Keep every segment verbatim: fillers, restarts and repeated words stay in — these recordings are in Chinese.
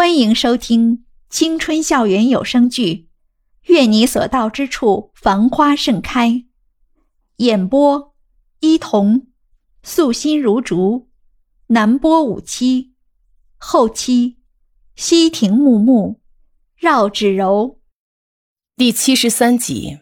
欢迎收听青春校园有声剧《愿你所到之处繁花盛开》，演播伊童，素心如竹，南波五七，后期西亭木木，绕指柔。 第七十三集。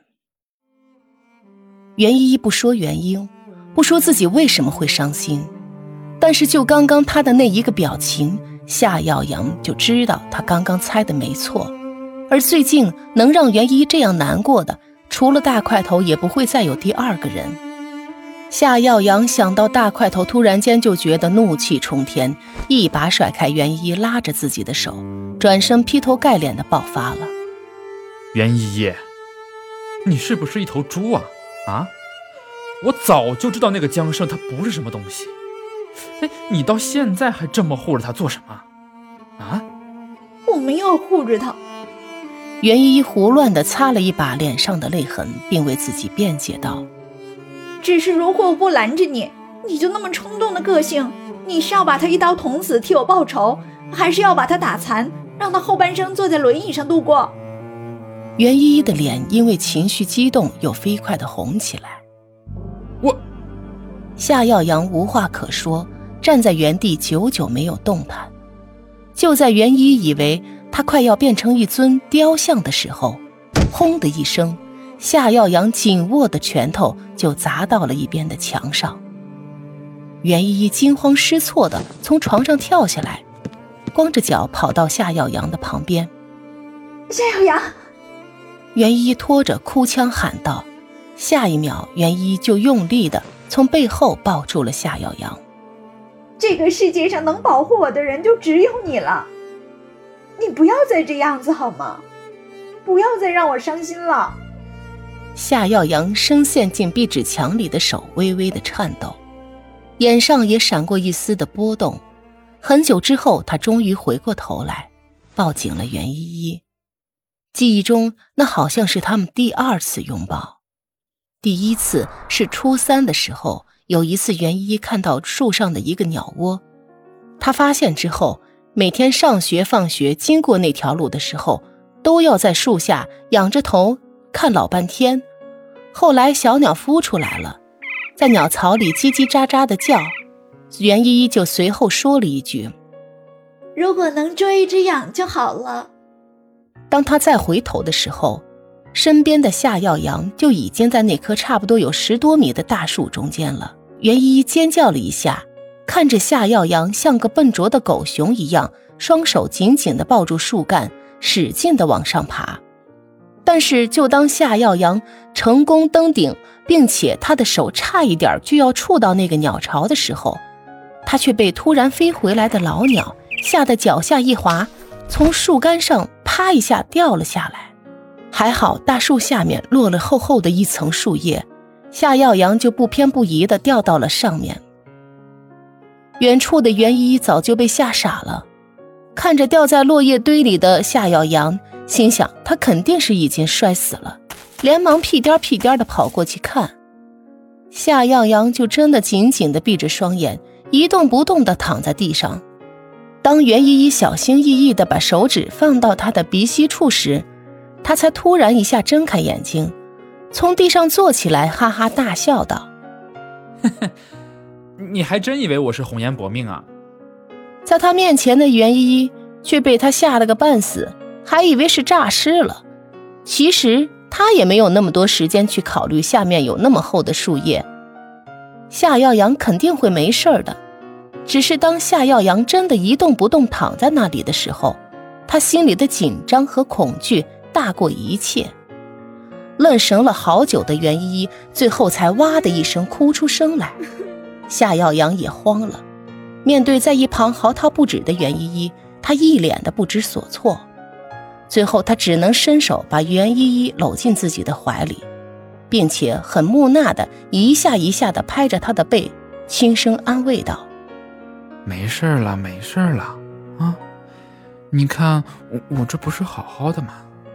袁依依不说原因，不说自己为什么会伤心，但是就刚刚她的那一个表情，夏耀阳就知道他刚刚猜的没错。而最近能让袁依依这样难过的，除了大块头也不会再有第二个人。夏耀阳想到大块头，突然间就觉得怒气冲天，一把甩开袁依依拉着自己的手，转身劈头盖脸的爆发了。 袁依依，你是不是一头猪啊？啊！我早就知道那个江胜他不是什么东西，哎，你到现在还这么护着他做什么？啊！ 我没有护着他。 袁依依胡乱地擦了一把脸上的泪痕，并为自己辩解道： 只是如果我不拦着你，你就那么冲动的个性，你是要把他一刀捅死替我报仇，还是要把他打残，让他后半生坐在轮椅上度过？ 袁依依的脸因为情绪激动又飞快地红起来。 我…… 夏耀阳无话可说，站在原地久久没有动弹。就在袁依依以为他快要变成一尊雕像的时候，轰的一声，夏耀阳紧握的拳头就砸到了一边的墙上。袁依依惊慌失措地从床上跳下来，光着脚跑到夏耀阳的旁边。 夏耀阳！ 袁依依拖着哭腔喊道，下一秒袁依依就用力地从背后抱住了夏耀阳。 这个世界上能保护我的人就只有你了，你不要再这样子好吗？不要再让我伤心了。 夏耀阳深陷进壁纸墙里的手微微的颤抖，眼上也闪过一丝的波动。很久之后，他终于回过头来，抱紧了袁依依。记忆中，那好像是他们第二次拥抱。第一次是初三的时候，有一次袁依依看到树上的一个鸟窝，她发现之后，每天上学放学经过那条路的时候，都要在树下仰着头看老半天。后来小鸟孵出来了，在鸟巢里叽叽喳喳的叫，袁依依就随后说了一句： 如果能追着养就好了。 当他再回头的时候，身边的夏耀阳就已经在那棵差不多有十多米的大树中间了。袁依依尖叫了一下，看着夏耀阳像个笨拙的狗熊一样，双手紧紧地抱住树干，使劲地往上爬。但是就当夏耀阳成功登顶，并且他的手差一点就要触到那个鸟巢的时候，他却被突然飞回来的老鸟吓得脚下一滑，从树干上啪一下掉了下来。还好大树下面落了厚厚的一层树叶，夏耀阳就不偏不倚地掉到了上面。远处的袁依依早就被吓傻了，看着掉在落叶堆里的夏耀阳，心想他肯定是已经摔死了，连忙屁颠屁颠地跑过去看。夏耀阳就真的紧紧地闭着双眼，一动不动地躺在地上。当袁依依小心翼翼地把手指放到他的鼻息处时，他才突然一下睁开眼睛，从地上坐起来，哈哈大笑道： 呵呵，你还真以为我是红颜薄命啊？ 在他面前的袁依依却被他吓了个半死，还以为是诈尸了。其实他也没有那么多时间去考虑下面有那么厚的树叶，夏耀阳肯定会没事的。只是当夏耀阳真的一动不动躺在那里的时候，他心里的紧张和恐惧大过一切。愣神了好久的袁依依最后才哇的一声哭出声来。夏耀阳也慌了，面对在一旁嚎啕不止的袁依依，他一脸的不知所措。最后他只能伸手把袁依依搂进自己的怀里，并且很木讷的一下一下的拍着她的背，轻声安慰道： 没事了没事了啊，你看我我这不是好好的吗？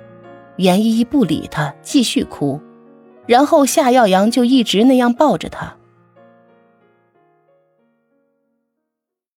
袁依依不理他，继续哭。然后夏耀阳就一直那样抱着他，